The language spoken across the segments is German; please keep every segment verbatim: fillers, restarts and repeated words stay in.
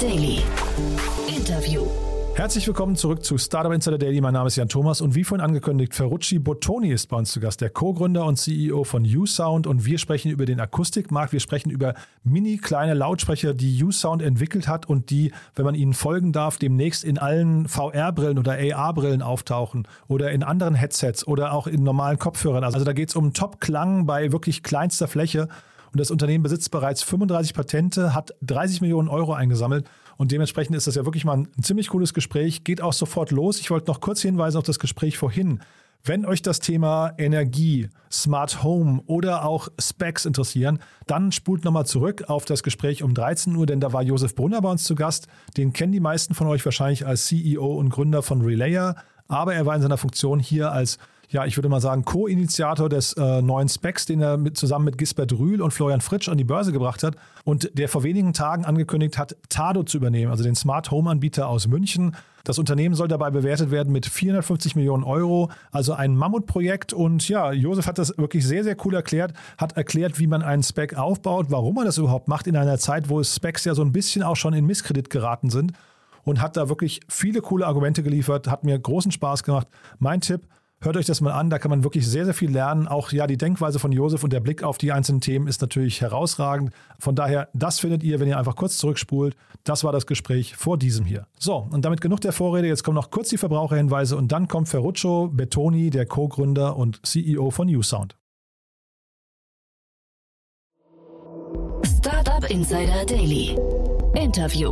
Daily. Interview. Herzlich willkommen zurück zu Startup Insider Daily. Mein Name ist Jan Thomas und wie vorhin angekündigt, Ferruccio Bottoni ist bei uns zu Gast, der Co-Gründer und C E O von U-Sound, und wir sprechen über den Akustikmarkt. Wir sprechen über mini kleine Lautsprecher, die U-Sound entwickelt hat und die, wenn man ihnen folgen darf, demnächst in allen V R-Brillen oder A R-Brillen auftauchen oder in anderen Headsets oder auch in normalen Kopfhörern. Also da geht es um Top-Klang bei wirklich kleinster Fläche. Und das Unternehmen besitzt bereits fünfunddreißig Patente, hat dreißig Millionen Euro eingesammelt. Und dementsprechend ist das ja wirklich mal ein, ein ziemlich cooles Gespräch. Geht auch sofort los. Ich wollte noch kurz hinweisen auf das Gespräch vorhin. Wenn euch das Thema Energie, Smart Home oder auch Specs interessieren, dann spult nochmal zurück auf das Gespräch um dreizehn Uhr, denn da war Josef Brunner bei uns zu Gast. Den kennen die meisten von euch wahrscheinlich als C E O und Gründer von Relayer. Aber er war in seiner Funktion hier als, ja, ich würde mal sagen, Co-Initiator des äh, neuen Specs, den er mit, zusammen mit Gisbert Rühl und Florian Fritsch an die Börse gebracht hat und der vor wenigen Tagen angekündigt hat, Tado zu übernehmen, also den Smart Home Anbieter aus München. Das Unternehmen soll dabei bewertet werden mit vierhundertfünfzig Millionen Euro, also ein Mammutprojekt. Und ja, Josef hat das wirklich sehr, sehr cool erklärt, hat erklärt, wie man einen Spec aufbaut, warum man das überhaupt macht in einer Zeit, wo Specs ja so ein bisschen auch schon in Misskredit geraten sind, und hat da wirklich viele coole Argumente geliefert, hat mir großen Spaß gemacht. Mein Tipp: Hört euch das mal an, da kann man wirklich sehr, sehr viel lernen. Auch ja, die Denkweise von Josef und der Blick auf die einzelnen Themen ist natürlich herausragend. Von daher, das findet ihr, wenn ihr einfach kurz zurückspult. Das war das Gespräch vor diesem hier. So, und damit genug der Vorrede. Jetzt kommen noch kurz die Verbraucherhinweise und dann kommt Ferruccio Bottoni, der Co-Gründer und C E O von U-Sound. Startup Insider Daily. Interview.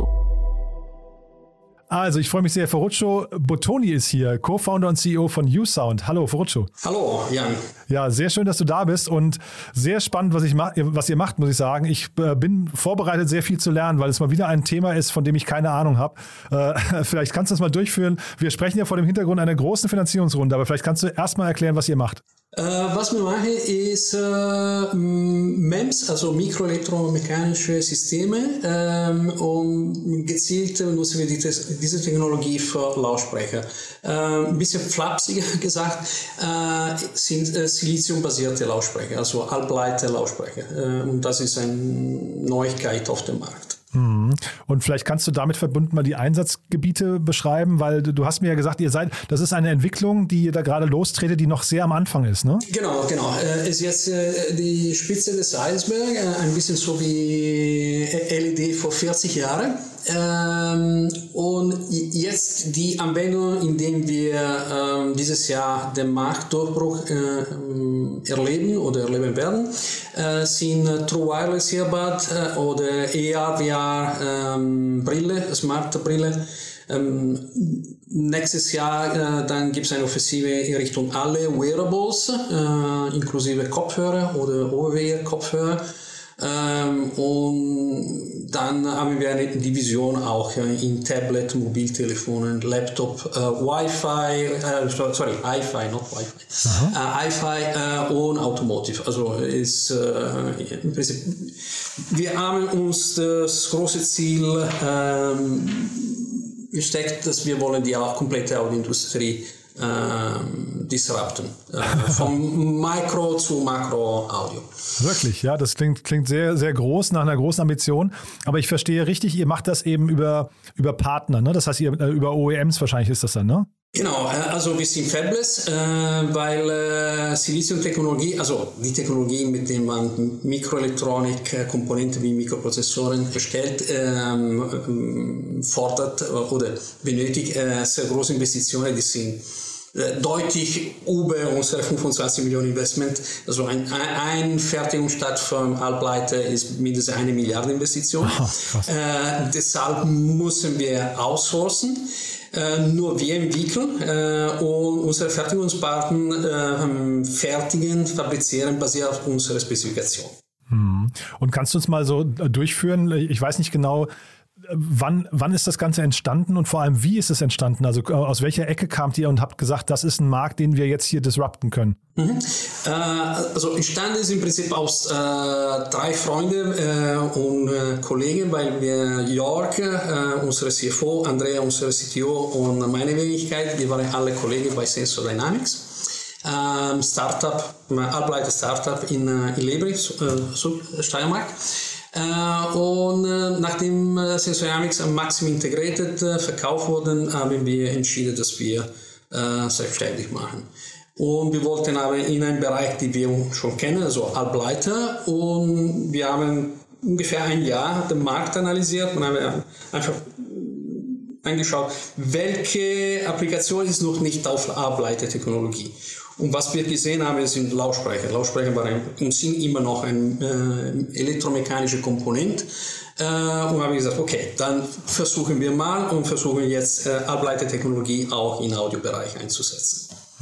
Also, ich freue mich sehr. Ferruccio Bottoni ist hier, Co-Founder und C E O von U-Sound. Hallo, Ferruccio. Hallo, Jan. Ja, sehr schön, dass du da bist und sehr spannend, was, ich ma- was ihr macht, muss ich sagen. Ich äh, bin vorbereitet, sehr viel zu lernen, weil es mal wieder ein Thema ist, von dem ich keine Ahnung habe. Äh, vielleicht kannst du das mal durchführen. Wir sprechen ja vor dem Hintergrund einer großen Finanzierungsrunde, aber vielleicht kannst du erst mal erklären, was ihr macht. Äh, was wir machen, ist äh, M E M S, also mikroelektromechanische Systeme, ähm, und gezielt nutzen wir die, diese Technologie für Lautsprecher. Äh, ein bisschen flapsiger gesagt, äh, sind äh, siliziumbasierte Lautsprecher, also Halbleiter-Lautsprecher. Äh, und das ist eine Neuigkeit auf dem Markt. Und vielleicht kannst du damit verbunden mal die Einsatzgebiete beschreiben, weil du hast mir ja gesagt, ihr seid, das ist eine Entwicklung, die ihr da gerade lostretet, die noch sehr am Anfang ist, ne? Genau, genau. Es ist jetzt äh, die Spitze des Eisbergs, äh, ein bisschen so wie L E D vor vierzig Jahren. Ähm, und jetzt die Anwendung, in der wir ähm, dieses Jahr den Marktdurchbruch äh, erleben oder erleben werden, äh, sind True Wireless Earbud äh, oder A R, V R ähm, Brille, Smart Brille. Ähm, nächstes Jahr äh, dann gibt es eine Offensive in Richtung alle Wearables, äh, inklusive Kopfhörer oder Over-Ear-Kopfhörer. Ähm, und dann haben wir eine Division auch äh, in Tablet, Mobiltelefonen, Laptop, äh, Wi-Fi, äh, sorry, i-Fi, not Wi-Fi, äh, i-Fi äh, und Automotive. Also ist äh, im Prinzip, wir haben uns das große Ziel ähm, gesteckt, dass wir wollen die komplette Audioindustrie Ähm, disrupten. Äh, vom Micro zu Makro-Audio. Wirklich, ja, das klingt, klingt sehr, sehr groß, nach einer großen Ambition. Aber ich verstehe richtig, ihr macht das eben über, über Partner, ne? Das heißt, ihr, äh, über O E Ms wahrscheinlich ist das dann, ne? Genau, also wir sind fabless, äh, weil äh, Silizium-Technologie, also die Technologie, mit der man Mikroelektronik-Komponenten wie Mikroprozessoren erstellt, ähm, fordert oder benötigt äh, sehr große Investitionen, die sind äh, deutlich über unsere fünfundzwanzig Millionen Investment. Also ein, ein Fertigungsstart für Halbleiter ist mindestens eine Milliarde Investition. Oh, äh, deshalb müssen wir outsourcen. Äh, nur wir entwickeln äh, und unsere Fertigungspartner äh, fertigen, fabrizieren, basiert auf unserer Spezifikation. Hm. Und kannst du uns mal so durchführen? Ich weiß nicht genau, wann, wann ist das Ganze entstanden und vor allem, wie ist es entstanden? Also aus welcher Ecke kamt ihr und habt gesagt, das ist ein Markt, den wir jetzt hier disrupten können? Mhm. Äh, also entstanden ist im Prinzip aus äh, drei Freunden äh, und äh, Kollegen, weil wir Jörg, äh, unsere C F O, Andrea, unsere C T O und meine Wenigkeit, wir waren alle Kollegen bei Sensor Dynamics. Ähm, Startup, Halbleiter Startup in, äh, in Lebri, äh, Steiermark. Äh, und äh, nachdem äh, Sensoriamics am Maxim Integrated äh, verkauft wurden, haben wir entschieden, dass wir äh, selbstständig machen. Und wir wollten aber in einen Bereich, den wir schon kennen, also Halbleiter, und wir haben ungefähr ein Jahr den Markt analysiert und haben einfach angeschaut, welche Applikation ist noch nicht auf Halbleitertechnologie. Und was wir gesehen haben, sind Lautsprecher. Lautsprecher waren und sind immer noch ein äh, elektromechanischer Komponent. Äh, und haben gesagt, okay, dann versuchen wir mal und versuchen jetzt äh, Halbleitertechnologie auch im Audiobereich einzusetzen.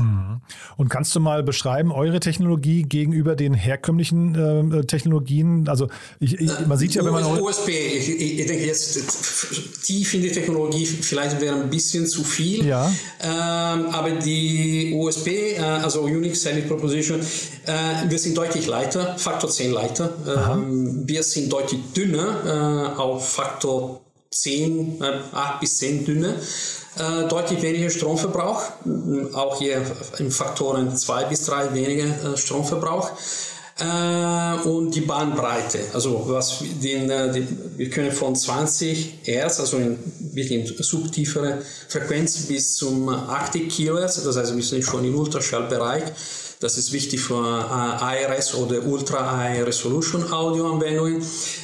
Und kannst du mal beschreiben, eure Technologie gegenüber den herkömmlichen äh, Technologien? Also ich, ich, man sieht ja, wenn man... U S B, ich, ich denke jetzt tief in die Technologie, vielleicht wäre ein bisschen zu viel. Ja. Ähm, aber die U S B, äh, also Unique Selling Proposition, äh, wir sind deutlich leichter, Faktor zehn leichter. Ähm, wir sind deutlich dünner, äh, auf Faktor zehn, äh, acht bis zehn dünner. Äh, deutlich weniger Stromverbrauch, auch hier in Faktoren zwei bis drei weniger äh, Stromverbrauch. Äh, und die Bandbreite, also was den, die, wir können von zwanzig Hertz, also in wirklich in subtiefere Frequenz, bis zum achtzig Kilohertz, das heißt wir sind schon im Ultraschallbereich. Das ist wichtig für äh, I R S oder Ultra High Resolution Audio Anwendungen.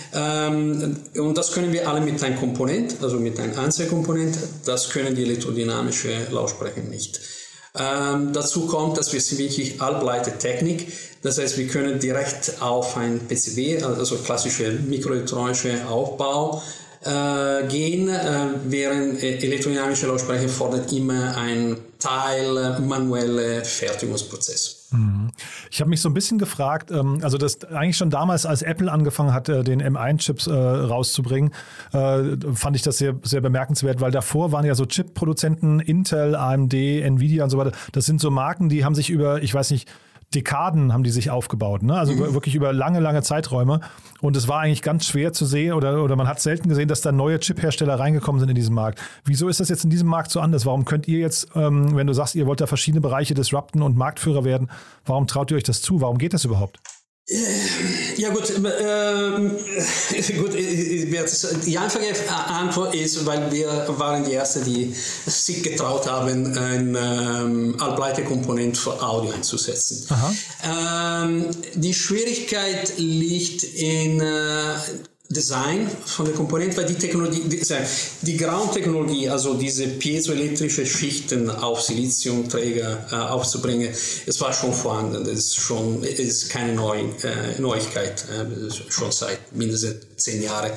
Ähm, und das können wir alle mit einem Komponent, also mit einem Einzelkomponent. Das können die elektrodynamische Lautsprecher nicht. Ähm, dazu kommt, dass wir sind wirklich Halbleitertechnik. Das heißt, wir können direkt auf ein P C B, also klassische mikroelektronische Aufbau, äh, gehen, äh, während äh, elektrodynamische Lautsprecher fordern immer einen Teil äh, manuelle Fertigungsprozess. Ich habe mich so ein bisschen gefragt, also das eigentlich schon damals, als Apple angefangen hat, den M eins Chips äh, rauszubringen, äh, fand ich das sehr, sehr bemerkenswert, weil davor waren ja so Chip-Produzenten, Intel, A M D, Nvidia und so weiter. Das sind so Marken, die haben sich über, ich weiß nicht, Dekaden haben die sich aufgebaut, ne? Also mhm. wirklich über lange, lange Zeiträume. Und es war eigentlich ganz schwer zu sehen oder, oder man hat selten gesehen, dass da neue Chip-Hersteller reingekommen sind in diesen Markt. Wieso ist das jetzt in diesem Markt so anders? Warum könnt ihr jetzt, ähm, wenn du sagst, ihr wollt da verschiedene Bereiche disrupten und Marktführer werden, warum traut ihr euch das zu? Warum geht das überhaupt? Ja gut, ähm, gut, die einfache Antwort ist, weil wir waren die Ersten, die sich getraut haben, ein ähm, Halbleiterkomponent für Audio einzusetzen. Ähm, die Schwierigkeit liegt in äh, Design von der Komponente, weil die Technologie, die, die Ground-Technologie, also diese piezoelektrische Schichten auf Siliziumträger äh, aufzubringen, es war schon vorhanden. Das ist schon, es ist keine Neu, äh, Neuigkeit, äh, schon seit mindestens zehn Jahren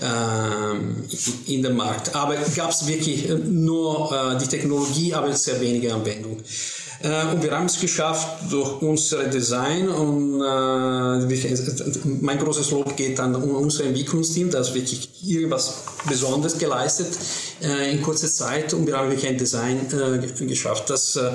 äh, in dem Markt. Aber gab es wirklich nur äh, die Technologie, aber sehr wenige Anwendungen. Uh, und wir haben es geschafft durch unser Design und uh, mein großes Lob geht an unser Entwicklungsteam, das wirklich irgendwas Besonderes geleistet uh, in kurzer Zeit und wir haben wirklich ein Design uh, geschafft, das uh,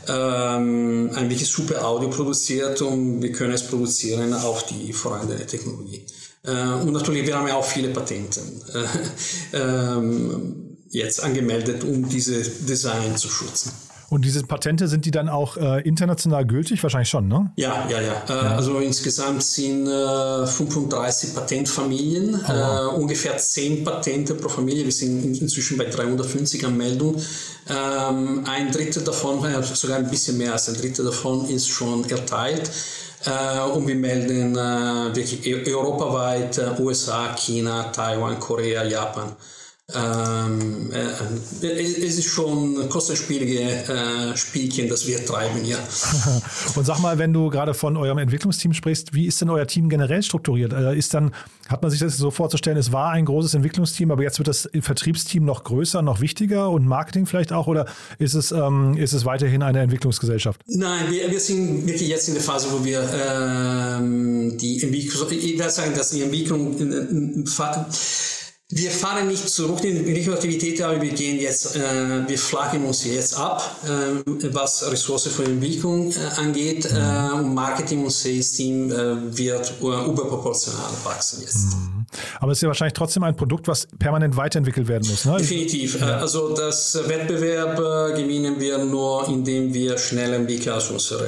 um, ein wirklich super Audio produziert und wir können es produzieren auf die vorhandene Technologie. Uh, und natürlich, wir haben ja auch viele Patente uh, um, jetzt angemeldet, um dieses Design zu schützen. Und diese Patente, sind die dann auch äh, international gültig? Wahrscheinlich schon, ne? Ja, ja, ja. Äh, ja. Also insgesamt sind äh, fünfunddreißig Patentfamilien, oh. äh, ungefähr zehn Patente pro Familie. Wir sind inzwischen bei dreihundertfünfzig Anmeldungen. Ähm, ein Drittel davon, äh, sogar ein bisschen mehr als ein Drittel davon ist schon erteilt. Äh, und wir melden äh, wirklich europaweit äh, U S A, China, Taiwan, Korea, Japan. Ähm, äh, es ist schon ein kostenspieliges äh, Spielchen, das wir treiben, ja. Und sag mal, wenn du gerade von eurem Entwicklungsteam sprichst, wie ist denn euer Team generell strukturiert? Äh, ist dann, hat man sich das so vorzustellen, es war ein großes Entwicklungsteam, aber jetzt wird das Vertriebsteam noch größer, noch wichtiger und Marketing vielleicht auch, oder ist es, ähm, ist es weiterhin eine Entwicklungsgesellschaft? Nein, wir, wir sind wirklich jetzt in der Phase, wo wir ähm, die Entwicklung, ich würde sagen, dass die Entwicklung in, in, in, wir fahren nicht zurück in die Aktivität, aber wir gehen jetzt, äh, wir flachen uns jetzt ab, äh, was Ressourcen für Entwicklung äh, angeht. Äh, Marketing und Sales Team äh, wird äh, überproportional wachsen jetzt. Mhm. Aber es ist ja wahrscheinlich trotzdem ein Produkt, was permanent weiterentwickelt werden muss. Ne? Definitiv. Ja. Also das Wettbewerb äh, gewinnen wir nur, indem wir schneller entwickeln als unsere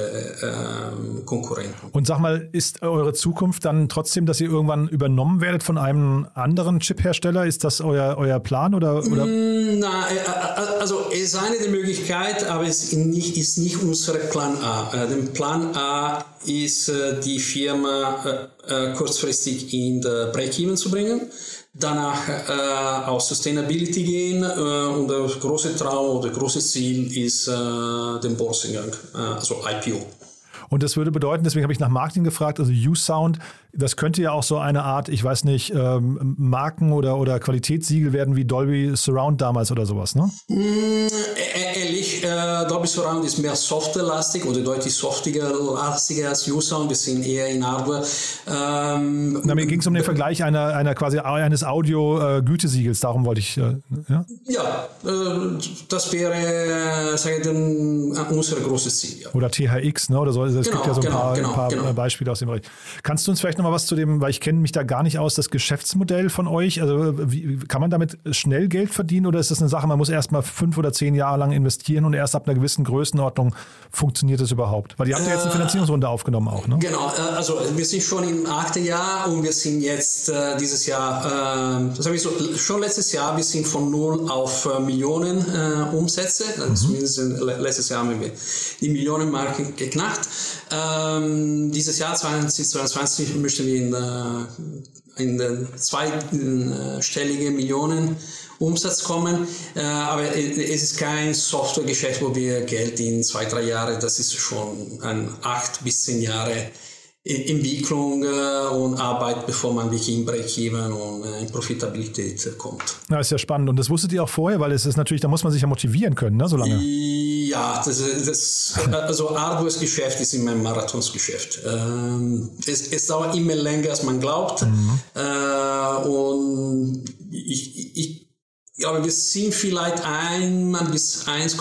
äh, Konkurrenten. Und sag mal, ist eure Zukunft dann trotzdem, dass ihr irgendwann übernommen werdet von einem anderen Chip-Hersteller? Ist das euer, euer Plan? Oder, oder? Na, also es ist eine der Möglichkeiten, aber es ist nicht, ist nicht unser Plan A. Der Plan A ist, die Firma kurzfristig in den Break-Even zu bringen, danach äh, auf Sustainability gehen äh, und der große Traum oder große Ziel ist äh, den Börsengang, äh, also I P O. Und das würde bedeuten, deswegen habe ich nach Marketing gefragt, also U-Sound, das könnte ja auch so eine Art, ich weiß nicht, ähm, Marken- oder, oder Qualitätssiegel werden wie Dolby Surround damals oder sowas, ne? Mm, ehrlich, äh, Dolby Surround ist mehr softwarelastig oder deutlich softiger-lastiger als U-Sound. Wir sind eher in Hardware. Ähm, Na, mir ging es um den Vergleich einer, einer quasi eines Audio-Gütesiegels, darum wollte ich, äh, ja? Ja, äh, das wäre, sage ich, dann, unser großes Ziel. Ja. Oder T H X, ne? Oder so. Es genau, gibt ja so ein genau, paar, genau, ein paar genau. Beispiele aus dem Bereich. Kannst du uns vielleicht noch mal was zu dem, weil ich kenne mich da gar nicht aus, das Geschäftsmodell von euch, also wie, kann man damit schnell Geld verdienen oder ist das eine Sache, man muss erst mal fünf oder zehn Jahre lang investieren und erst ab einer gewissen Größenordnung funktioniert das überhaupt? Weil ihr habt ja jetzt eine Finanzierungsrunde aufgenommen auch, ne? Genau, also wir sind schon im achten Jahr und wir sind jetzt äh, dieses Jahr, äh, das habe ich so, schon letztes Jahr, wir sind von null auf äh, Millionen äh, Umsätze, also mhm. zumindest letztes Jahr haben wir die Millionenmarke geknackt. Ähm, dieses Jahr zwanzig zweiundzwanzig möchten wir in, äh, in den zweistelligen Millionen Umsatz kommen, äh, aber es ist kein Softwaregeschäft, wo wir Geld in zwei, drei Jahre, das ist schon ein acht bis zehn Jahre Entwicklung und Arbeit, bevor man wirklich in Break-Even und in Profitabilität kommt. Ja, ist ja spannend. Und das wusstet ihr auch vorher, weil es ist natürlich, da muss man sich ja motivieren können, ne, so lange. Ja, das, das, also Hardware-Geschäft ist immer ein Marathonsgeschäft. Ähm, es, es dauert immer länger, als man glaubt. Mhm. Äh, und ich, ich glaube, wir sind vielleicht ein bis eins,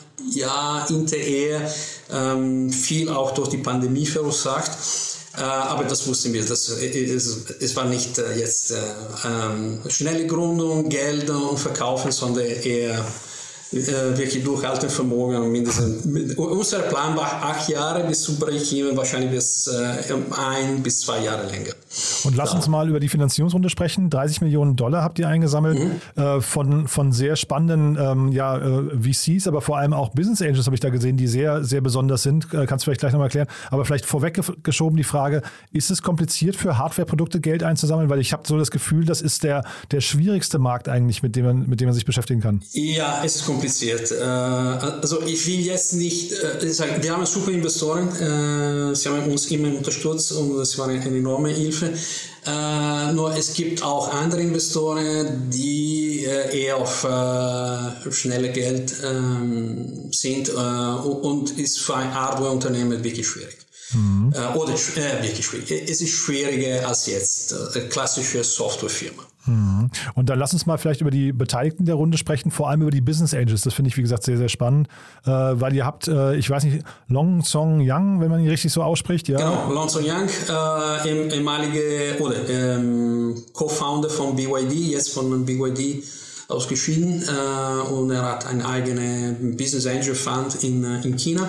ja, hinterher, ähm, viel auch durch die Pandemie verursacht. Uh, aber das wussten wir, das, es, es war nicht uh, jetzt uh, um, schnelle Gründung, Geld und Verkaufen, sondern eher uh, wirklich Durchhaltevermögen und mindestens. Unser Plan war acht Jahre bis zum Break-Even, wahrscheinlich bis uh, ein bis zwei Jahre länger. Und lass ja. uns mal über die Finanzierungsrunde sprechen. dreißig Millionen Dollar habt ihr eingesammelt mhm. äh, von, von sehr spannenden ähm, ja, äh, V Cs, aber vor allem auch Business Angels habe ich da gesehen, die sehr, sehr besonders sind. Äh, kannst du vielleicht gleich nochmal erklären. Aber vielleicht vorweggeschoben die Frage, ist es kompliziert für Hardware-Produkte Geld einzusammeln? Weil ich habe so das Gefühl, das ist der, der schwierigste Markt eigentlich, mit dem, man, mit dem man sich beschäftigen kann. Ja, es ist kompliziert. Äh, also ich will jetzt nicht äh, sagen, wir haben super Investoren, äh, sie haben uns immer unterstützt und das war eine, eine enorme Hilfe. Äh, nur es gibt auch andere Investoren, die äh, eher auf äh, schnelle Geld äh, sind äh, und ist für ein Hardware-Unternehmen wirklich schwierig. Mhm. Äh, oder äh, wirklich schwierig. Es ist schwieriger als jetzt äh, eine klassische Softwarefirma. Mhm. Und dann lass uns mal vielleicht über die Beteiligten der Runde sprechen, vor allem über die Business Angels. Das finde ich, wie gesagt, sehr, sehr spannend, äh, weil ihr habt, äh, ich weiß nicht, Long Song Yang, wenn man ihn richtig so ausspricht. Ja. Genau, Long Song Yang, äh, ehemalige oder ähm, Co-Founder von B Y D, jetzt von B Y D ausgeschieden äh, und er hat einen eigenen Business Angel Fund in, in China.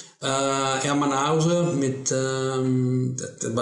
Äh, Hermann Hauser mit ähm,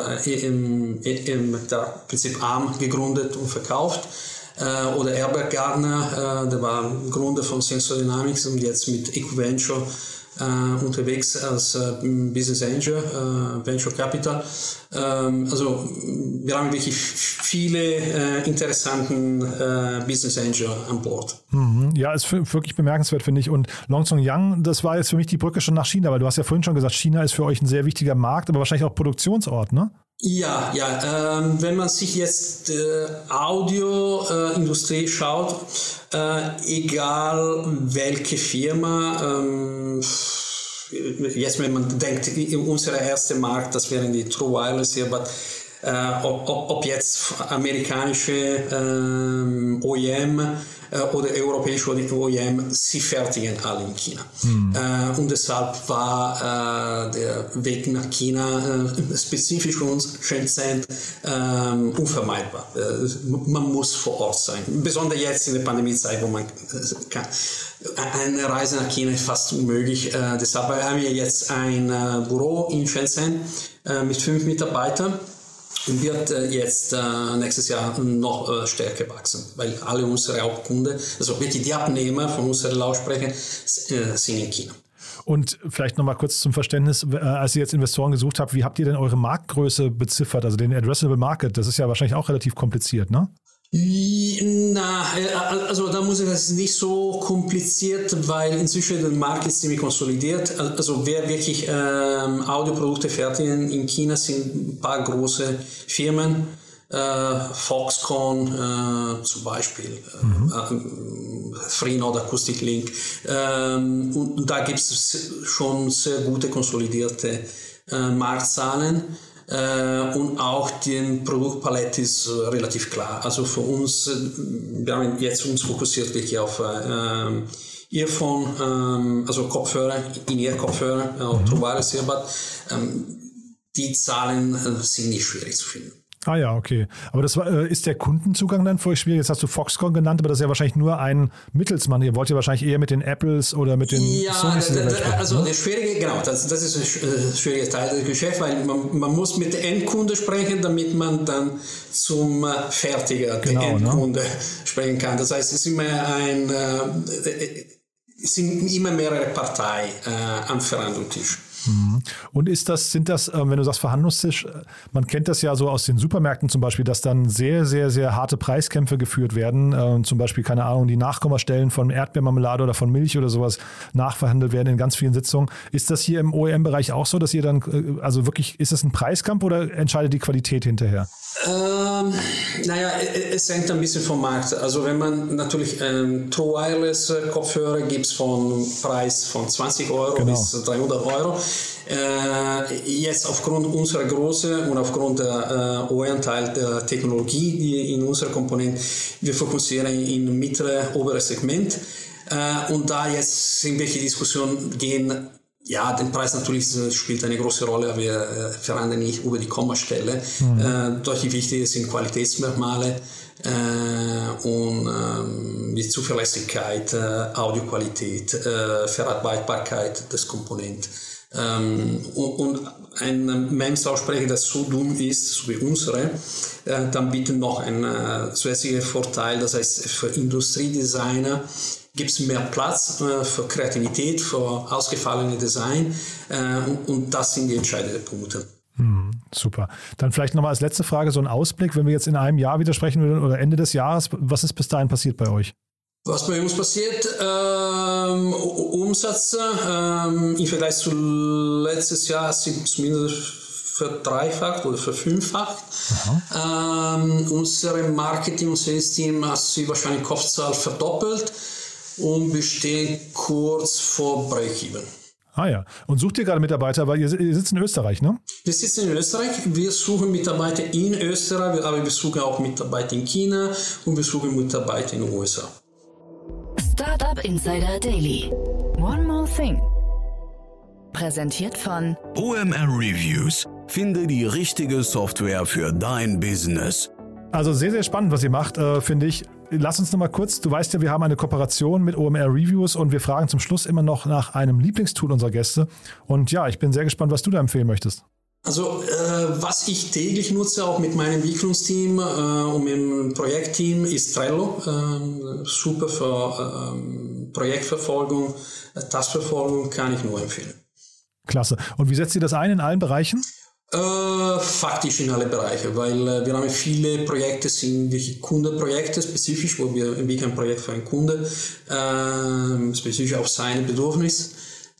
im, im Prinzip Arm gegründet und verkauft. Äh, oder Herbert Gardner, äh, der war Gründer von Sensor Dynamics und jetzt mit Equiventure äh, unterwegs als äh, Business Angel, äh, Venture Capital. Ähm, also wir haben wirklich viele äh, interessanten äh, Business Angel an Bord. Mhm. Ja, ist wirklich bemerkenswert, finde ich. Und Long Song Yang, das war jetzt für mich die Brücke schon nach China, weil du hast ja vorhin schon gesagt, China ist für euch ein sehr wichtiger Markt, aber wahrscheinlich auch Produktionsort, ne? Ja, ja. Ähm, wenn man sich jetzt äh, Audioindustrie äh, schaut, äh, egal welche Firma, ähm, jetzt wenn man denkt, unser erster Markt, das wären die True Wireless hier, aber Äh, ob, ob jetzt amerikanische ähm, O E M äh, oder europäische O E M, sie fertigen alle in China. Mhm. Äh, und deshalb war äh, der Weg nach China äh, spezifisch für uns Shenzhen äh, unvermeidbar. Äh, man muss vor Ort sein. Besonders jetzt in der Pandemiezeit, wo man äh, kann. Eine Reise nach China ist fast unmöglich. Äh, deshalb haben wir jetzt ein äh, Büro in Shenzhen äh, mit fünf Mitarbeitern. Und wird äh, jetzt äh, nächstes Jahr noch äh, stärker wachsen, weil alle unsere Hauptkunden, also wirklich die Abnehmer von unseren Lautsprechern, äh, sind in China. Und vielleicht nochmal kurz zum Verständnis, äh, als ihr jetzt Investoren gesucht habt, wie habt ihr denn eure Marktgröße beziffert, also den Addressable Market? Das ist ja wahrscheinlich auch relativ kompliziert, ne? Na, also da muss ich das nicht so kompliziert, weil inzwischen der Markt ist ziemlich konsolidiert. Also wer wirklich ähm, Audioprodukte fertigen in China sind ein paar große Firmen, äh, Foxconn äh, zum Beispiel, mhm. äh, Freenode, Acoustic Link. Ähm, und da gibt es schon sehr gute konsolidierte äh, Marktzahlen. Uh, und auch die Produktpalette ist uh, relativ klar. Also für uns, uh, wir haben jetzt uns fokussiert wirklich auf uh, Earphone, um, also Kopfhörer, In-Ear-Kopfhörer, uh, mhm. True Wireless Earbud. Um, die Zahlen uh, sind nicht schwierig zu finden. Ah ja, okay. Aber das war, äh, ist der Kundenzugang dann für euch schwierig? Jetzt hast du Foxconn genannt, aber das ist ja wahrscheinlich nur ein Mittelsmann. Ihr wollt ja wahrscheinlich eher mit den Apples oder mit den ja, Sonys da, da, sprechen, also ne? der schwierige, genau, das, das ist ein schwieriger Teil des Geschäfts, weil man, man muss mit dem Endkunde sprechen, damit man dann zum Fertiger, genau, den Endkunde, ne? sprechen kann. Das heißt, es ist immer ein, äh, es sind immer mehrere Parteien äh, am Verhandlungstisch. Und ist das, sind das, wenn du sagst Verhandlungstisch, man kennt das ja so aus den Supermärkten zum Beispiel, dass dann sehr, sehr, sehr harte Preiskämpfe geführt werden. Zum Beispiel, keine Ahnung, die Nachkommastellen von Erdbeermarmelade oder von Milch oder sowas nachverhandelt werden in ganz vielen Sitzungen. Ist das hier im O E M-Bereich auch so, dass ihr dann, also wirklich, ist das ein Preiskampf oder entscheidet die Qualität hinterher? Ähm, naja, es hängt ein bisschen vom Markt. Also wenn man natürlich ähm, True Wireless Kopfhörer gibt es von Preis von zwanzig Euro genau. bis dreihundert Euro. Äh, jetzt aufgrund unserer Größe und aufgrund der äh, hohen Teil der Technologie, die in unserer Komponente, wir fokussieren in mittlere, obere Segment. Äh, und da jetzt irgendwelche Diskussionen gehen, ja, der Preis natürlich spielt eine große Rolle, aber wir äh, verhandeln nicht über die Kommastelle. Mhm. Äh, deutlich wichtiger sind Qualitätsmerkmale äh, und ähm, die Zuverlässigkeit, äh, Audioqualität, äh, Verarbeitbarkeit des Komponenten. Ähm, und, und ein M E M S-Lautsprecher, das so dumm ist, so wie unsere, äh, dann bietet noch einen äh, zusätzlichen Vorteil, das heißt für Industriedesigner gibt es mehr Platz äh, für Kreativität, für ausgefallene Design äh, und, und das sind die entscheidenden Punkte. Hm, super. Dann vielleicht nochmal als letzte Frage so ein Ausblick, wenn wir jetzt in einem Jahr wieder sprechen würden oder Ende des Jahres, was ist bis dahin passiert bei euch? Was bei uns passiert, ähm, Umsatz ähm, im Vergleich zu letztes Jahr sind zumindest verdreifacht oder verfünffacht. Ähm, unsere Marketing- und Sales-Team hat sich wahrscheinlich Kopfzahl verdoppelt und wir stehen kurz vor Break-Even. Ah ja, und sucht ihr gerade Mitarbeiter, weil ihr, ihr sitzt in Österreich, ne? Wir sitzen in Österreich, wir suchen Mitarbeiter in Österreich, aber wir suchen auch Mitarbeiter in China und wir suchen Mitarbeiter in den U S A. Startup Insider Daily. One more thing. Präsentiert von O M R Reviews. Finde die richtige Software für dein Business. Also sehr, sehr spannend, was ihr macht, äh, finde ich. Lass uns noch mal kurz, du weißt ja, wir haben eine Kooperation mit O M R Reviews und wir fragen zum Schluss immer noch nach einem Lieblingstool unserer Gäste. Und ja, ich bin sehr gespannt, was du da empfehlen möchtest. Also äh, was ich täglich nutze, auch mit meinem Entwicklungsteam äh, und mit dem Projektteam, ist Trello. Äh, super für äh, Projektverfolgung, äh, Taskverfolgung, kann ich nur empfehlen. Klasse. Und wie setzt ihr das ein in allen Bereichen? Äh, faktisch in alle Bereiche, weil äh, wir haben viele Projekte, sind wirklich Kundenprojekte spezifisch, wo wir entwickeln ein Projekt für einen Kunde, äh, spezifisch auf seine Bedürfnisse.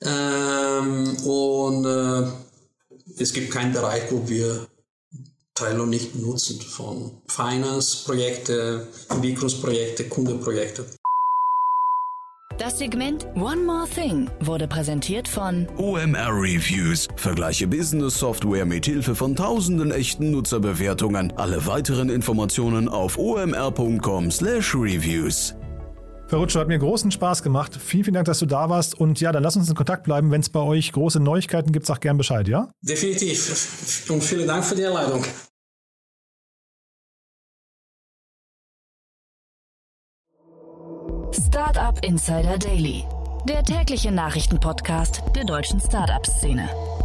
Äh, und äh, es gibt keinen Bereich, wo wir Trello nicht benutzen, von Finance-Projekte, Entwicklungsprojekte, Kundenprojekte. Das Segment One More Thing wurde präsentiert von O M R Reviews. Vergleiche Business-Software mit Hilfe von tausenden echten Nutzerbewertungen. Alle weiteren Informationen auf o m r punkt com slash reviews. Ferruccio, hat mir großen Spaß gemacht. Vielen, vielen Dank, dass du da warst. Und ja, dann lass uns in Kontakt bleiben. Wenn es bei euch große Neuigkeiten gibt, sag gern Bescheid, ja? Definitiv. Und vielen Dank für die Einladung. Startup Insider Daily, der tägliche Nachrichtenpodcast der deutschen Startup-Szene.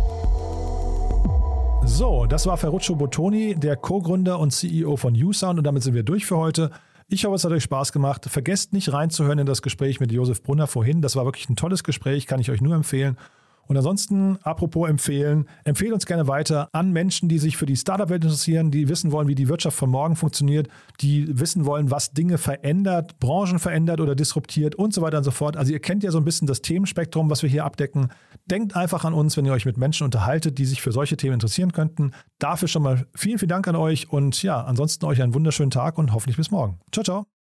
So, das war Ferruccio Bottoni, der Co-Gründer und C E O von uSound, und damit sind wir durch für heute. Ich hoffe, es hat euch Spaß gemacht. Vergesst nicht reinzuhören in das Gespräch mit Josef Brunner vorhin. Das war wirklich ein tolles Gespräch, kann ich euch nur empfehlen. Und ansonsten, apropos empfehlen, empfehlt uns gerne weiter an Menschen, die sich für die Startup-Welt interessieren, die wissen wollen, wie die Wirtschaft von morgen funktioniert, die wissen wollen, was Dinge verändert, Branchen verändert oder disruptiert und so weiter und so fort. Also ihr kennt ja so ein bisschen das Themenspektrum, was wir hier abdecken. Denkt einfach an uns, wenn ihr euch mit Menschen unterhaltet, die sich für solche Themen interessieren könnten. Dafür schon mal vielen, vielen Dank an euch und ja, ansonsten euch einen wunderschönen Tag und hoffentlich bis morgen. Ciao, ciao.